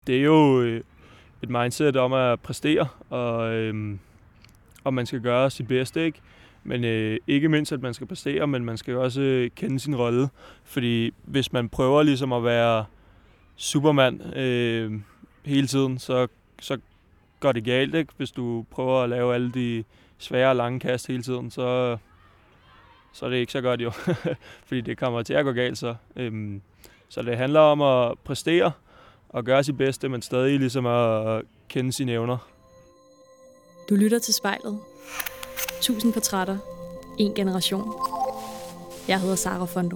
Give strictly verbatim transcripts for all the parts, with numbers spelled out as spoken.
Det er jo øh, et mindset om at præstere, og, øh, og man skal gøre sit bedste, ikke? Men øh, ikke mindst, at man skal præstere, men man skal også øh, kende sin rolle. Fordi hvis man prøver ligesom at være supermand øh, hele tiden, så, så går det galt, ikke? Hvis du prøver at lave alle de svære og lange kast hele tiden, så, så er det ikke så godt jo. Fordi det kommer til at gå galt så. Øh, så det handler om at præstere og gøre sit bedste, men stadig ligesom at kende sine evner. Du lytter til Spejlet. Tusind portrætter. En generation. Jeg hedder Sara Fondo.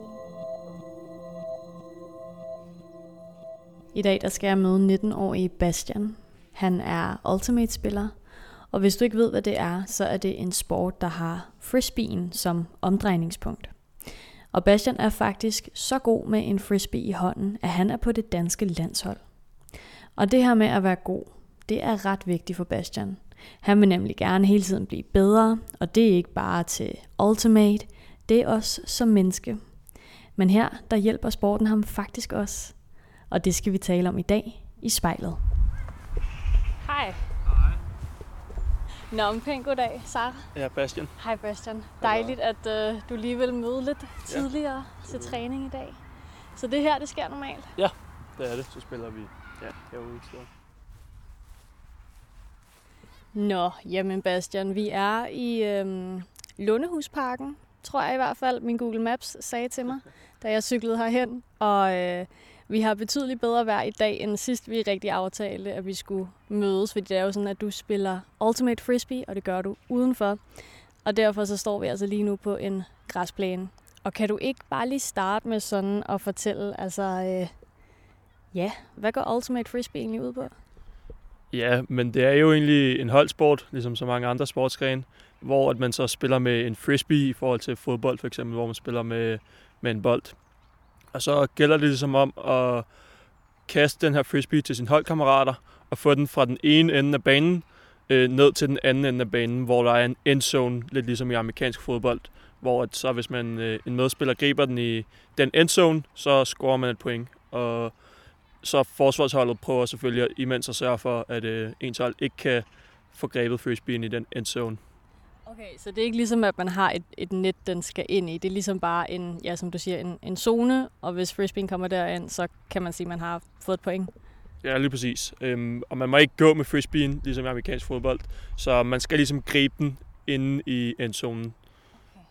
I dag der skal jeg møde nitten-årige Bastian. Han er Ultimate-spiller. Og hvis du ikke ved, hvad det er, så er det en sport, der har frisbeen som omdrejningspunkt. Og Bastian er faktisk så god med en frisbee i hånden, at han er på det danske landshold. Og det her med at være god, det er ret vigtigt for Bastian. Han vil nemlig gerne hele tiden blive bedre, og det er ikke bare til Ultimate, det er også som menneske. Men her, der hjælper sporten ham faktisk også. Og det skal vi tale om i dag i Spejlet. Hej. Hej. Nå, en pæn goddag, Sara. Ja, Bastian. Hej Bastian. Dejligt, at øh, du lige vil møde lidt tidligere ja. til træning i dag. Så det her, det sker normalt? Ja, det er det. Så spiller vi ja, herude i stedet. Nå, jamen Bastian, vi er i øhm, Lundehusparken, tror jeg i hvert fald, min Google Maps sagde til mig, da jeg cyklede herhen. Og øh, vi har betydeligt bedre vejr i dag, end sidst vi rigtig aftalte, at vi skulle mødes. Fordi det er jo sådan, at du spiller Ultimate Frisbee, og det gør du udenfor. Og derfor så står vi altså lige nu på en græsplæne. Og kan du ikke bare lige starte med sådan at fortælle, altså, øh, ja, hvad går Ultimate Frisbee egentlig ud på? Ja, men det er jo egentlig en holdsport, ligesom så mange andre sportsgrene, hvor at man så spiller med en frisbee i forhold til fodbold for eksempel, hvor man spiller med, med en bold. Og så gælder det ligesom om at kaste den her frisbee til sine holdkammerater og få den fra den ene ende af banen øh, ned til den anden ende af banen, hvor der er en endzone, lidt ligesom i amerikansk fodbold, hvor at så hvis man øh, en medspiller griber den i den endzone, så scorer man et point. Og så forsvarsholdet prøver selvfølgelig imens at sørge for, at øh, ens hold ikke kan få grebet frisbeen i den endzone. Okay, så det er ikke ligesom, at man har et, et net, den skal ind i. Det er ligesom bare en, ja, som du siger, en, en zone, og hvis frisbeen kommer derind, så kan man sige, at man har fået et point. Ja, lige præcis. Øhm, og man må ikke gå med frisbeen, ligesom i amerikansk fodbold, så man skal ligesom gribe den inde i endzonen. Okay.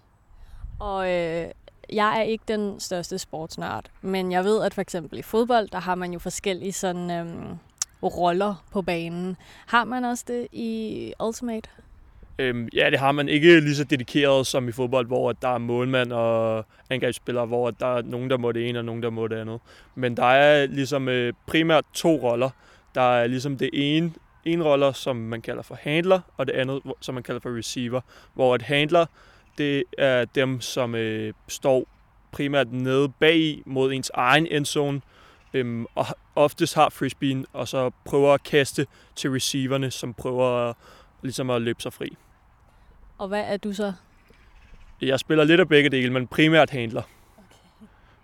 Og øh, jeg er ikke den største sportsnørd, men jeg ved, at for eksempel i fodbold, der har man jo forskellige sådan, øhm, roller på banen. Har man også det i Ultimate? Øhm, ja, det har man ikke lige så dedikeret som i fodbold, hvor der er målmand og angrebsspillere, hvor der er nogen, der må det ene og nogen, der må det andet. Men der er ligesom øh, primært to roller. Der er ligesom det ene, en roller, som man kalder for handler, og det andet, som man kalder for receiver. Hvor et handler, det er dem, som øh, står primært nede bag mod ens egen endzone, øhm, og oftest har frisbeen, og så prøver at kaste til receiverne, som prøver ligesom at løbe sig fri. Og hvad er du så? Jeg spiller lidt af begge dele, men primært handler. Okay.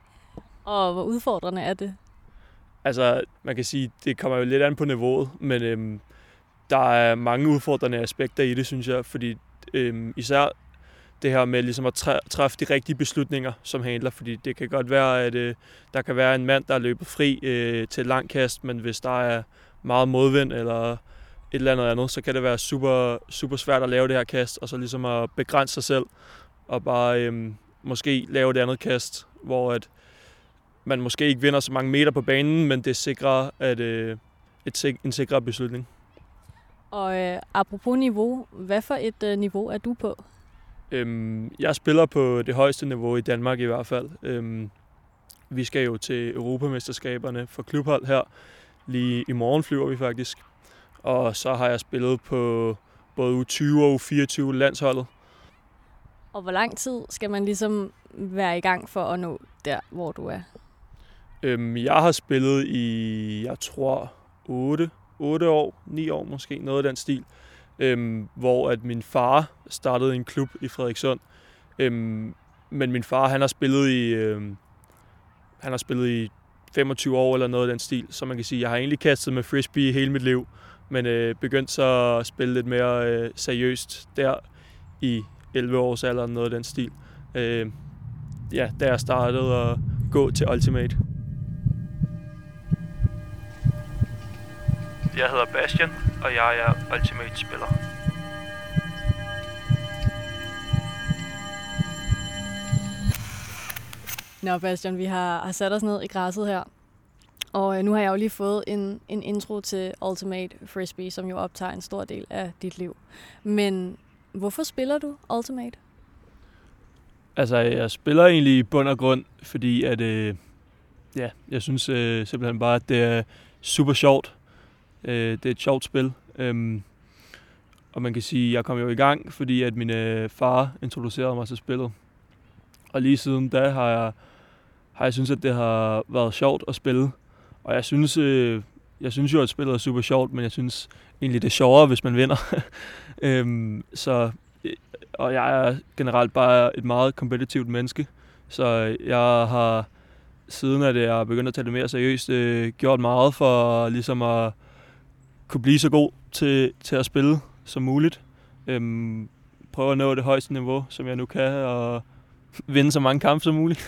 Og hvor udfordrende er det? Altså, man kan sige, det kommer jo lidt an på niveauet, men øhm, der er mange udfordrende aspekter i det, synes jeg, fordi øhm, især det her med ligesom at træ- træffe de rigtige beslutninger som handler, fordi det kan godt være, at øh, der kan være en mand, der løber fri øh, til et langt kast, men hvis der er meget modvind eller et eller andet andet, så kan det være super, super svært at lave det her kast, og så ligesom at begrænse sig selv, og bare øhm, måske lave det andet kast, hvor at man måske ikke vinder så mange meter på banen, men det sikrer at, øh, et, en sikrere beslutning. Og øh, apropos niveau, hvad for et øh, niveau er du på? Øhm, jeg spiller på det højeste niveau i Danmark i hvert fald. Øhm, vi skal jo til Europamesterskaberne for klubhold her. Lige i morgen flyver vi faktisk. Og så har jeg spillet på både U tyve og U fireogtyve landsholdet. Og hvor lang tid skal man ligesom være i gang for at nå der, hvor du er? Øhm, jeg har spillet i, jeg tror, otte, otte år, ni år måske, noget af den stil. Øhm, hvor at min far startede i en klub i Frederikssund. Øhm, men min far, han har spillet i, øhm, han har spillet i femogtyve år eller noget af den stil. Så man kan sige, at jeg har egentlig kastet med frisbee hele mit liv, men øh, begyndte så at spille lidt mere øh, seriøst der i elleve års alder eller noget af den stil. Øh, ja, da jeg startede at gå til Ultimate. Jeg hedder Bastian, og jeg er Ultimate-spiller. Nå Bastian, vi har, har sat os ned i græsset her, og nu har jeg jo lige fået en, en intro til Ultimate Frisbee, som jo optager en stor del af dit liv. Men hvorfor spiller du Ultimate? Altså, jeg spiller egentlig i bund og grund, fordi at, øh, ja, jeg synes øh, simpelthen bare, at det er super sjovt. Øh, det er et sjovt spil. Øhm, og man kan sige, at jeg kom jo i gang, fordi at min øh, far introducerede mig til spillet. Og lige siden da har jeg, har jeg synes, at det har været sjovt at spille. Og jeg synes, øh, jeg synes jo, at spillet er super sjovt, men jeg synes egentlig, det er sjovere, hvis man vinder. øhm, så, og jeg er generelt bare et meget kompetitivt menneske. Så jeg har, siden at jeg er begyndt at tage det mere seriøst, øh, gjort meget for ligesom at kunne blive så god til, til at spille som muligt. Øhm, prøve at nå det højeste niveau, som jeg nu kan, og vinde så mange kampe som muligt.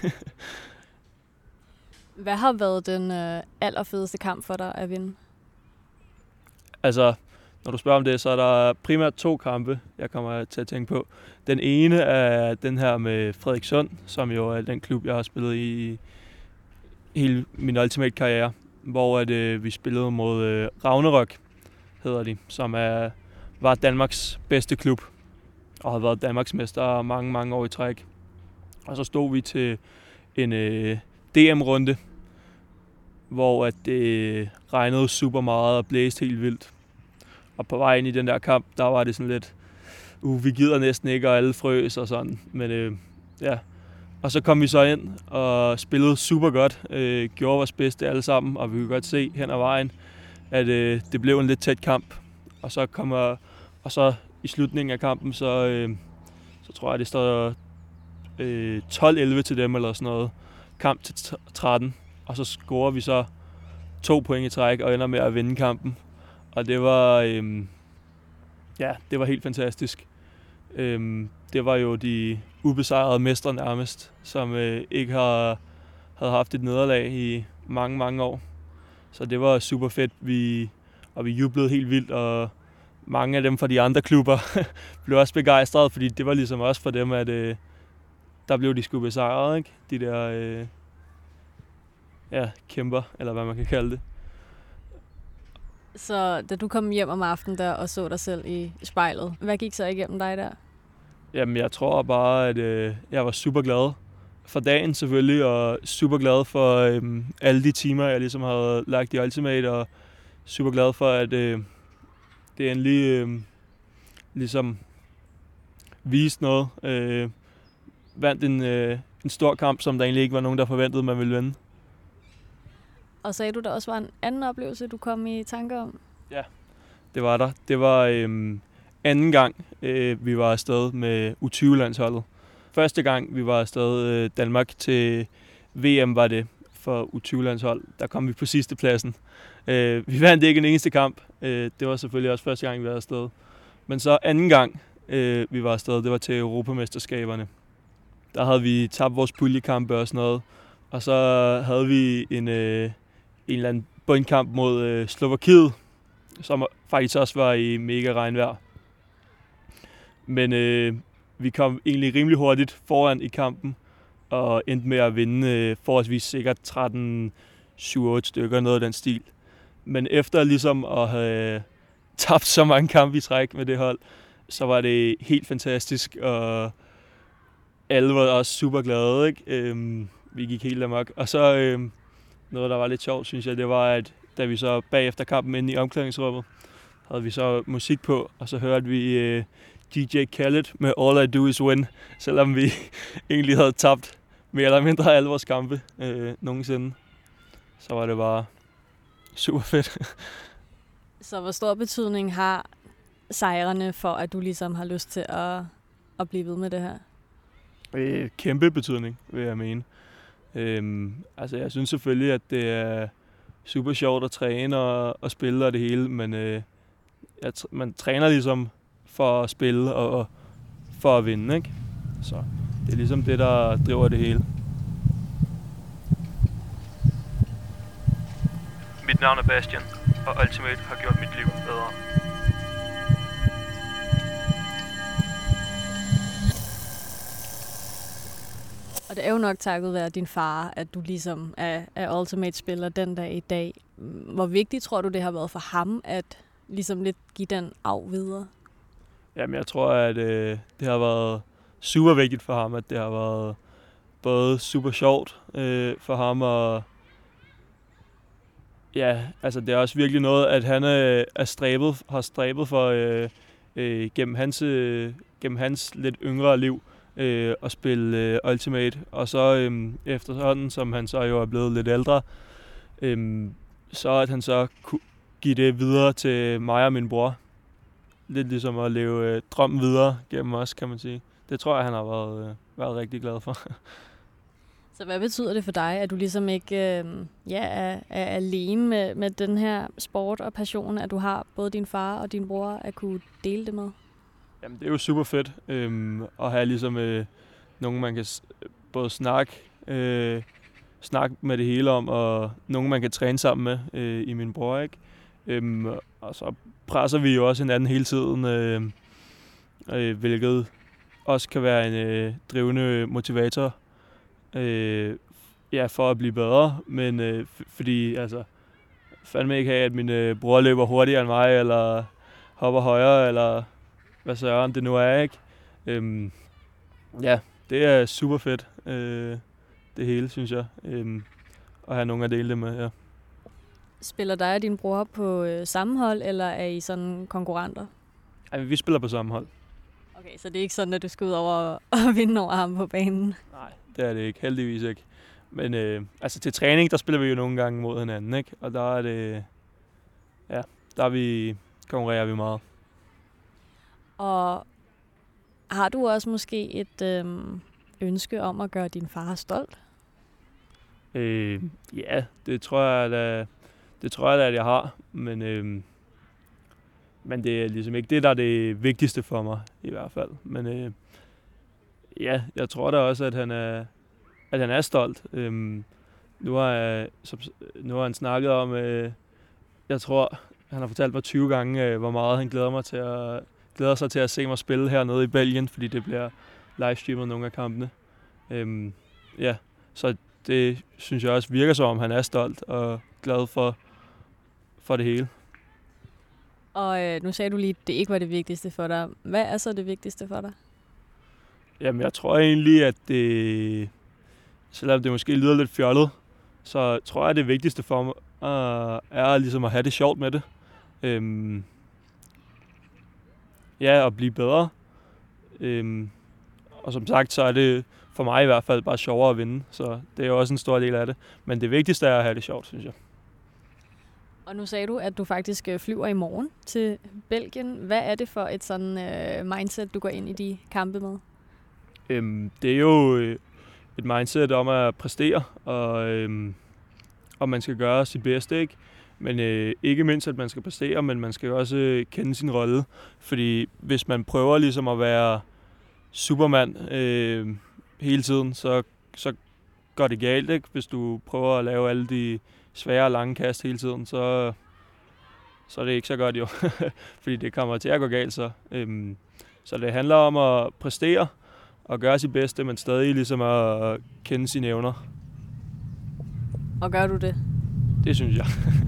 Hvad har været den øh, allerfedeste kamp for dig at vinde? Altså, når du spørger om det, så er der primært to kampe, jeg kommer til at tænke på. Den ene er den her med Frederikssund, som jo er den klub, jeg har spillet i hele min Ultimate-karriere, hvor at, øh, vi spillede mod øh, Ragnarok, hedder de, som er, var Danmarks bedste klub, og har været Danmarks mester mange, mange år i træk. Og så stod vi til en øh, D M-runde, hvor at det regnede super meget og blæste helt vildt. Og på vej ind i den der kamp, der var det sådan lidt, uh, vi gider næsten ikke, og alle frøs og sådan. Men øh, ja, og så kom vi så ind og spillede super godt, øh, gjorde vores bedste alle sammen, og vi kunne godt se hen ad vejen, at øh, det blev en lidt tæt kamp. Og så kommer, og så i slutningen af kampen, så, øh, så tror jeg, det står øh, tolv elleve til dem eller sådan noget. Kamp til tretten, og så scorer vi så to point i træk og ender med at vinde kampen. Og det var, øh, ja, det var helt fantastisk. Øh, det var jo de ubesejrede mestre nærmest, som øh, ikke har, havde haft et nederlag i mange, mange år. Så det var super fedt, vi, og vi jublede helt vildt, og mange af dem fra de andre klubber blev også begejstrede, fordi det var ligesom også for dem, at øh, der blev de sgu besejret, ikke? De der øh, ja, kæmper, eller hvad man kan kalde det. Så da du kom hjem om aftenen der og så dig selv i spejlet, hvad gik så igennem dig der? Jamen, jeg tror bare, at øh, jeg var super glad for dagen selvfølgelig, og super glad for øh, alle de timer, jeg ligesom havde lagt i Ultimate, og super glad for, at øh, det endelig øh, ligesom viste noget. Øh, vandt en, øh, en stor kamp, som der egentlig ikke var nogen, der forventede, man ville vinde. Og sagde du, der også var en anden oplevelse, du kom i tanker om? Ja, det var der. Det var øh, anden gang, øh, vi var afsted med U tyve-landsholdet. Første gang, vi var afsted øh, Danmark til V M, var det for U tyve-landshold. Der kom vi på sidste pladsen. Øh, vi vandt ikke en eneste kamp. Øh, det var selvfølgelig også første gang, vi var afsted. Men så anden gang, øh, vi var afsted, det var til Europamesterskaberne. Der havde vi tabt vores puljekampe og sådan noget. Og så havde vi en, øh, en eller anden bundkamp mod øh, Slovakiet, som faktisk også var i mega regnvejr. Men øh, vi kom egentlig rimelig hurtigt foran i kampen, og endte med at vinde øh, forholdsvis sikkert tretten syv otte stykker, noget af den stil. Men efter ligesom at have tabt så mange kampe i træk med det hold, så var det helt fantastisk, og alle var også super glade, ikke? Øhm, vi gik helt amok. Og så øhm, noget, der var lidt sjovt, synes jeg, det var, at da vi så bagefter kampen inde i omklædningsrummet, havde vi så musik på, og så hørte vi øh, D J Khaled med All I Do Is Win, selvom vi egentlig havde tabt mere eller mindre alle vores kampe øh, nogensinde. Så var det bare super fedt. Så hvor stor betydning har sejrene for, at du ligesom har lyst til at, at blive ved med det her? Øh, kæmpe betydning, vil jeg mene. Øhm, altså jeg synes selvfølgelig, at det er super sjovt at træne og, og spille og det hele, men øh, jeg, man træner ligesom for at spille og, og for at vinde, ikke? Så det er ligesom det, der driver det hele. Mit navn er Bastian, og Ultimate har gjort mit liv bedre. Og det er jo nok takket være din far, at du ligesom er, er Ultimate-spiller den dag i dag. Hvor vigtigt tror du, det har været for ham, at ligesom lidt give den arv videre? Jamen, jeg tror, at øh, det har været super vigtigt for ham, at det har været både super sjovt øh, for ham, og ja, altså det er også virkelig noget, at han øh, er stræbet, har stræbet for øh, øh, gennem, hans, øh, gennem hans lidt yngre liv øh, at spille øh, Ultimate. Og så øh, efterhånden, som han så jo er blevet lidt ældre, øh, så at han så kunne give det videre til mig og min bror. Lidt ligesom at leve øh, drømmen videre gennem os, kan man sige. Det tror jeg, han har været, øh, været rigtig glad for. Så hvad betyder det for dig, at du ligesom ikke øh, ja, er, er alene med, med den her sport og passion, at du har både din far og din bror at kunne dele det med? Jamen, det er jo super fedt øh, at have ligesom øh, nogen, man kan s- både snakke, øh, snakke med det hele om, og nogen, man kan træne sammen med øh, i min bror, ikke? Øh, og så presser vi jo også hinanden hele tiden, øh, øh, hvilket også kan være en øh, drivende motivator. Øh, ja, for at blive bedre, men øh, f- fordi altså fandme ikke have, at min øh, bror løber hurtigere end mig, eller hopper højere, eller hvad søren det nu er, ikke? Øhm, ja, det er super fedt, øh, det hele, synes jeg, øh, at have nogen at dele det med, ja. Spiller dig og din bror på øh, samme hold, eller er I sådan konkurrenter? Ej, vi spiller på samme hold. Okay, så det er ikke sådan, at du skal ud over at vinde over ham på banen? Nej, det er det ikke, heldigvis ikke. Men øh, altså til træning, der spiller vi jo nogle gange mod hinanden, ikke? Og der er det, ja, der er vi, konkurrerer vi meget. Og har du også måske et øh, ønske om at gøre din far stolt? Øh, ja, det tror jeg da, det tror jeg da, at jeg har, men øh, men det er ligesom ikke det, der er det vigtigste for mig i hvert fald. Men øh, ja, jeg tror da også, at han er, at han er stolt. Øh, nu har jeg, som, nu har han snakket om, øh, jeg tror, han har fortalt mig tyve gange, øh, hvor meget han glæder mig til at glæder sig til at se mig spille hernede i Belgien, fordi det bliver livestreamet nogle af kampene. Øh, ja, så det synes jeg også virker som om, han er stolt og glad for, for det hele. Og øh, nu sagde du lige, at det ikke var det vigtigste for dig. Hvad er så det vigtigste for dig? Jamen, jeg tror egentlig, at det, selvom det måske lyder lidt fjollet, så tror jeg, at det vigtigste for mig uh, er ligesom at have det sjovt med det. Øhm, ja, at blive bedre. Øhm, og som sagt, så er det for mig i hvert fald bare sjovere at vinde, så det er jo også en stor del af det. Men det vigtigste er at have det sjovt, synes jeg. Og nu sagde du, at du faktisk flyver i morgen til Belgien. Hvad er det for et sådan øh, mindset, du går ind i de kampe med? Øhm, det er jo øh, et mindset om at præstere, og, øhm, og man skal gøre sit bedste, ikke? Men øh, ikke mindst, at man skal præstere, men man skal også øh, kende sin rolle. Fordi hvis man prøver ligesom at være supermand øh, hele tiden, så, så går det galt, ikke? Hvis du prøver at lave alle de svære og lange kast hele tiden, så, så er det ikke så godt jo. Fordi det kommer til at gå galt så. Øhm, så det handler om at præstere og gøre sit bedste, men stadig ligesom at kende sine evner. Og gør du det? Det synes jeg.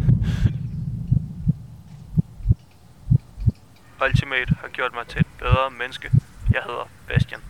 Ultimate har gjort mig til et bedre menneske. Jeg hedder Bastian.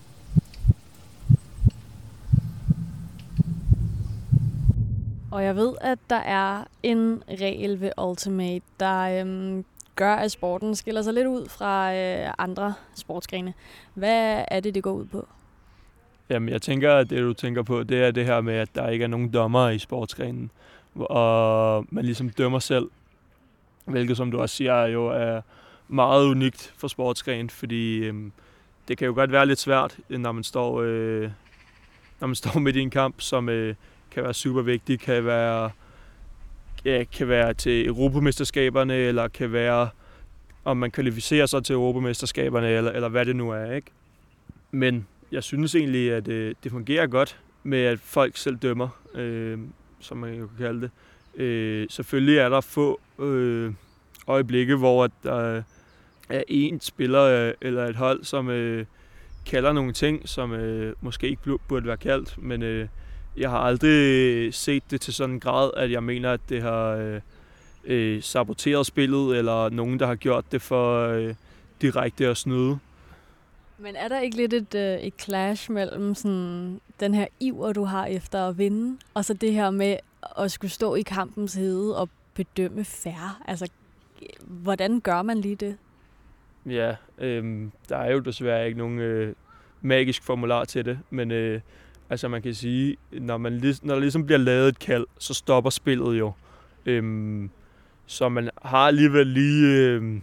Og jeg ved, at der er en regel ved Ultimate, der øhm, gør, at sporten skiller sig lidt ud fra øh, andre sportsgrene. Hvad er det, det går ud på? Jamen, jeg tænker, at det, du tænker på, det er det her med, at der ikke er nogen dommer i sportsgrenen. Og man ligesom dømmer selv, hvilket, som du også siger, jo er meget unikt for sportsgren, fordi øhm, det kan jo godt være lidt svært, når man står, øh, når man står midt i en kamp, som øh, kan være super vigtig, kan være, ja, kan være til Europamesterskaberne, eller kan være, om man kvalificerer sig til Europamesterskaberne, eller, eller hvad det nu er, ikke? Men jeg synes egentlig, at øh, det fungerer godt med, at folk selv dømmer, øh, som man jo kan kalde det. Øh, selvfølgelig er der få øh, øjeblikke, hvor der er en spiller øh, eller et hold, som øh, kalder nogle ting, som øh, måske ikke burde være kaldt, men øh, jeg har aldrig set det til sådan en grad, at jeg mener, at det har øh, øh, saboteret spillet, eller nogen, der har gjort det for øh, direkte at snyde. Men er der ikke lidt et, øh, et clash mellem sådan, den her iver, du har efter at vinde, og så det her med at skulle stå i kampens hede og bedømme fair? Altså, hvordan gør man lige det? Ja, øh, der er jo desværre ikke nogen øh, magisk formular til det, men øh, altså man kan sige, når, man, når der ligesom bliver lavet et kald, så stopper spillet jo. Øh, så man har alligevel lige... Øh,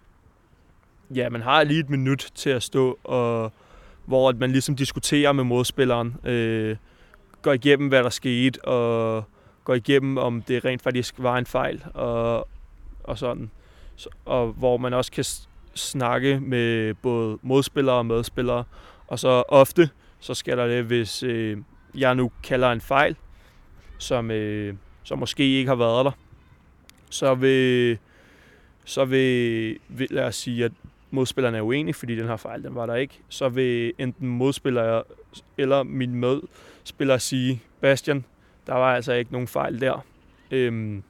Ja, man har lige et minut til at stå, og hvor man ligesom diskuterer med modspilleren, øh, går igennem, hvad der skete, og går igennem, om det rent faktisk var en fejl, og, og sådan. Så, og hvor man også kan snakke med både modspillere og medspillere. Og så ofte, så sker der det, hvis øh, jeg nu kalder en fejl, som, øh, som måske ikke har været der, så vil, så vil, vil lad os sige, at modspilleren er uenig, fordi den her fejl, den var der ikke, så vil enten modspiller eller min medspiller sige, Bastian, der var altså ikke nogen fejl der. Øhm,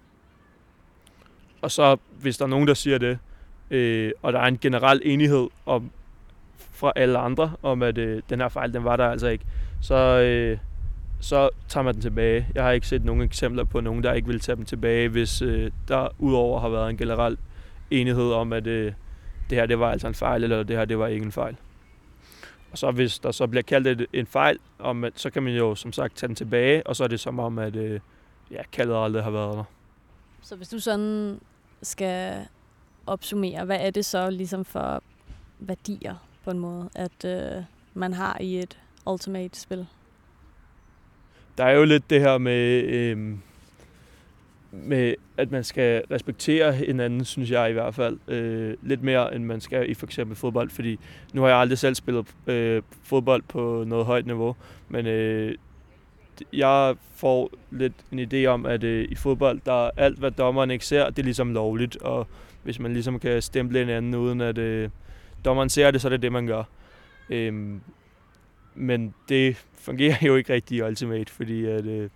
og så, hvis der er nogen, der siger det, øh, og der er en generel enighed om, fra alle andre, om at øh, den her fejl, den var der altså ikke, så, øh, så tager man den tilbage. Jeg har ikke set nogen eksempler på nogen, der ikke vil tage dem tilbage, hvis øh, der udover har været en generel enighed om, at øh, det her det var altså en fejl, eller det her det var ikke en fejl. Og så hvis der så bliver kaldt en fejl, om, så kan man jo som sagt tage den tilbage, og så er det som om, at øh, ja, kaldet aldrig har været der. Så hvis du sådan skal opsummere, hvad er det så ligesom for værdier på en måde, at øh, man har i et Ultimate-spil? Der er jo lidt det her med... Øh, med at man skal respektere hinanden, synes jeg i hvert fald, øh, lidt mere, end man skal i for eksempel fodbold, fordi nu har jeg aldrig selv spillet øh, fodbold på noget højt niveau, men øh, jeg får lidt en idé om, at øh, i fodbold, der er alt, hvad dommeren ikke ser, det er ligesom lovligt, og hvis man ligesom kan stemple hinanden, uden at øh, dommeren ser det, så er det det, man gør. Øh, men det fungerer jo ikke rigtig i Ultimate, fordi at øh,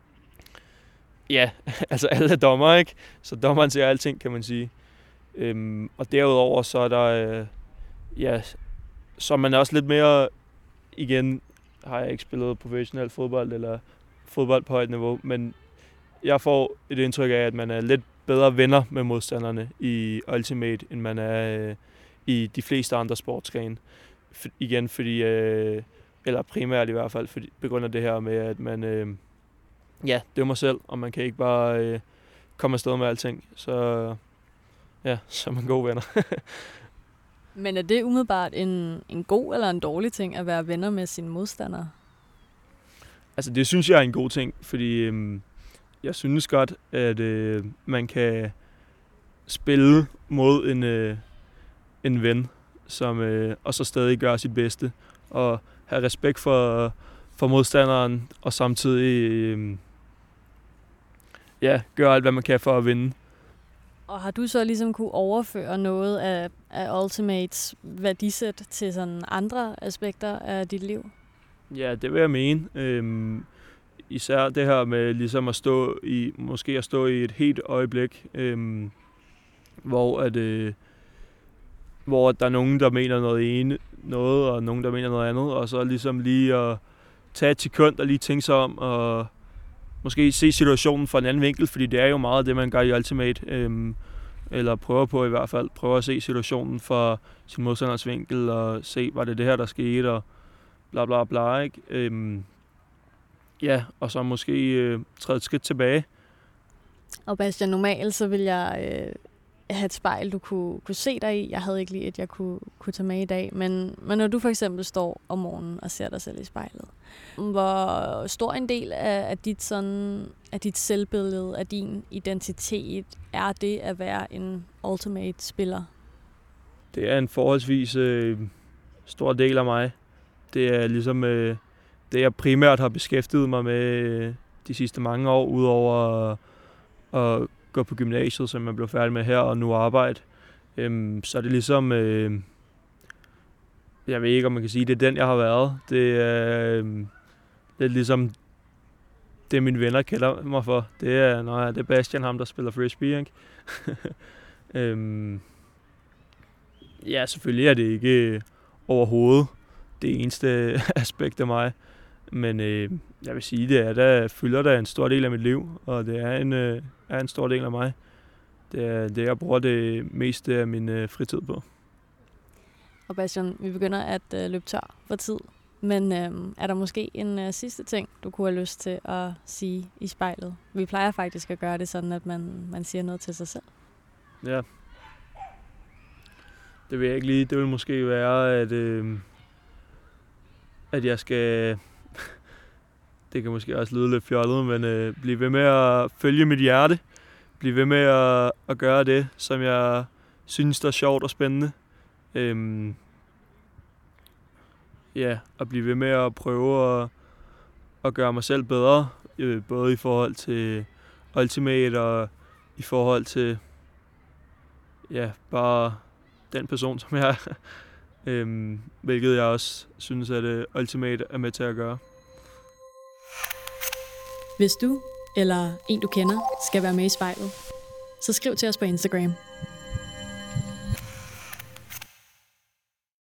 ja, altså alle er dommer, ikke? Så dommeren ser alting, kan man sige. Øhm, og derudover så er der, øh, ja, så er man også lidt mere, igen har jeg ikke spillet professionel fodbold eller fodbold på højt niveau, men jeg får et indtryk af, at man er lidt bedre venner med modstanderne i Ultimate, end man er øh, i de fleste andre sportsgrene. For, igen, fordi, øh, eller primært i hvert fald, fordi, på grund af det her med, at man... Øh, Ja, dømmer selv, og man kan ikke bare øh, komme afsted med alting. Så ja, så er man gode venner. Men er det umiddelbart en, en god eller en dårlig ting at være venner med sine modstandere? Altså det synes jeg er en god ting, fordi øh, jeg synes godt, at øh, man kan spille mod en, øh, en ven, som, øh, og så stadig gøre sit bedste. Og have respekt for, for modstanderen, og samtidig... Øh, ja, gør alt, hvad man kan for at vinde. Og har du så ligesom kunne overføre noget af, af Ultimates værdisæt til sådan andre aspekter af dit liv? Ja, det vil jeg mene. Øhm, især det her med ligesom at stå i, måske at stå i et helt øjeblik, øhm, hvor at, øh, hvor der er nogen, der mener noget ene, noget, og nogen, der mener noget andet, og så ligesom lige at tage et sekund og lige tænke sig om, og måske se situationen fra en anden vinkel, fordi det er jo meget det, man gør i Ultimate, øhm, eller prøver på i hvert fald. Prøver at se situationen fra sin modstanders vinkel, og se, var det det her, der skete, og bla bla bla, ikke? Øhm, ja, og så måske øh, træde et skridt tilbage. Og Bastian, normalt så vil jeg øh, have et spejl, du kunne, kunne se dig i. Jeg havde ikke lige et, jeg kunne, kunne tage med i dag. Men, men når du for eksempel står om morgenen og ser dig selv i spejlet, hvor stor en del af, af, dit, sådan, af dit selvbillede, af din identitet, er det at være en Ultimate-spiller? Det er en forholdsvis øh, stor del af mig. Det er ligesom øh, det, jeg primært har beskæftiget mig med øh, de sidste mange år, udover at, at gå på gymnasiet, som jeg blev færdig med her, og nu arbejde. Øhm, så er det ligesom, øh, jeg ved ikke, om man kan sige, det er den, jeg har været. Det er, øh, det er ligesom det, mine venner kalder mig for. Det er, nej, det er Bastian, ham der spiller frisbee, ikke? øhm, ja, selvfølgelig er det ikke overhovedet det eneste aspekt af mig. Men øh, jeg vil sige, det er, der fylder der en stor del af mit liv, og det er en, øh, er en stor del af mig. Det er det, jeg bruger det meste af min øh, fritid på. Og Bastian, vi begynder at øh, løbe tør for tid. Men øh, er der måske en øh, sidste ting, du kunne have lyst til at sige i spejlet? Vi plejer faktisk at gøre det sådan, at man, man siger noget til sig selv. Ja. Det vil jeg ikke lige. Det vil måske være, at, øh, at jeg skal... Det kan måske også lyde lidt fjollet, men øh, blive ved med at følge mit hjerte. Blive ved med at, at gøre det, som jeg synes, der er sjovt og spændende. Øhm, ja, at blive ved med at prøve at, at gøre mig selv bedre. Øh, både i forhold til Ultimate og i forhold til ja, bare den person, som jeg er. øhm, hvilket jeg også synes, at uh, Ultimate er med til at gøre. Hvis du eller en, du kender, skal være med i spejlet, så skriv til os på Instagram.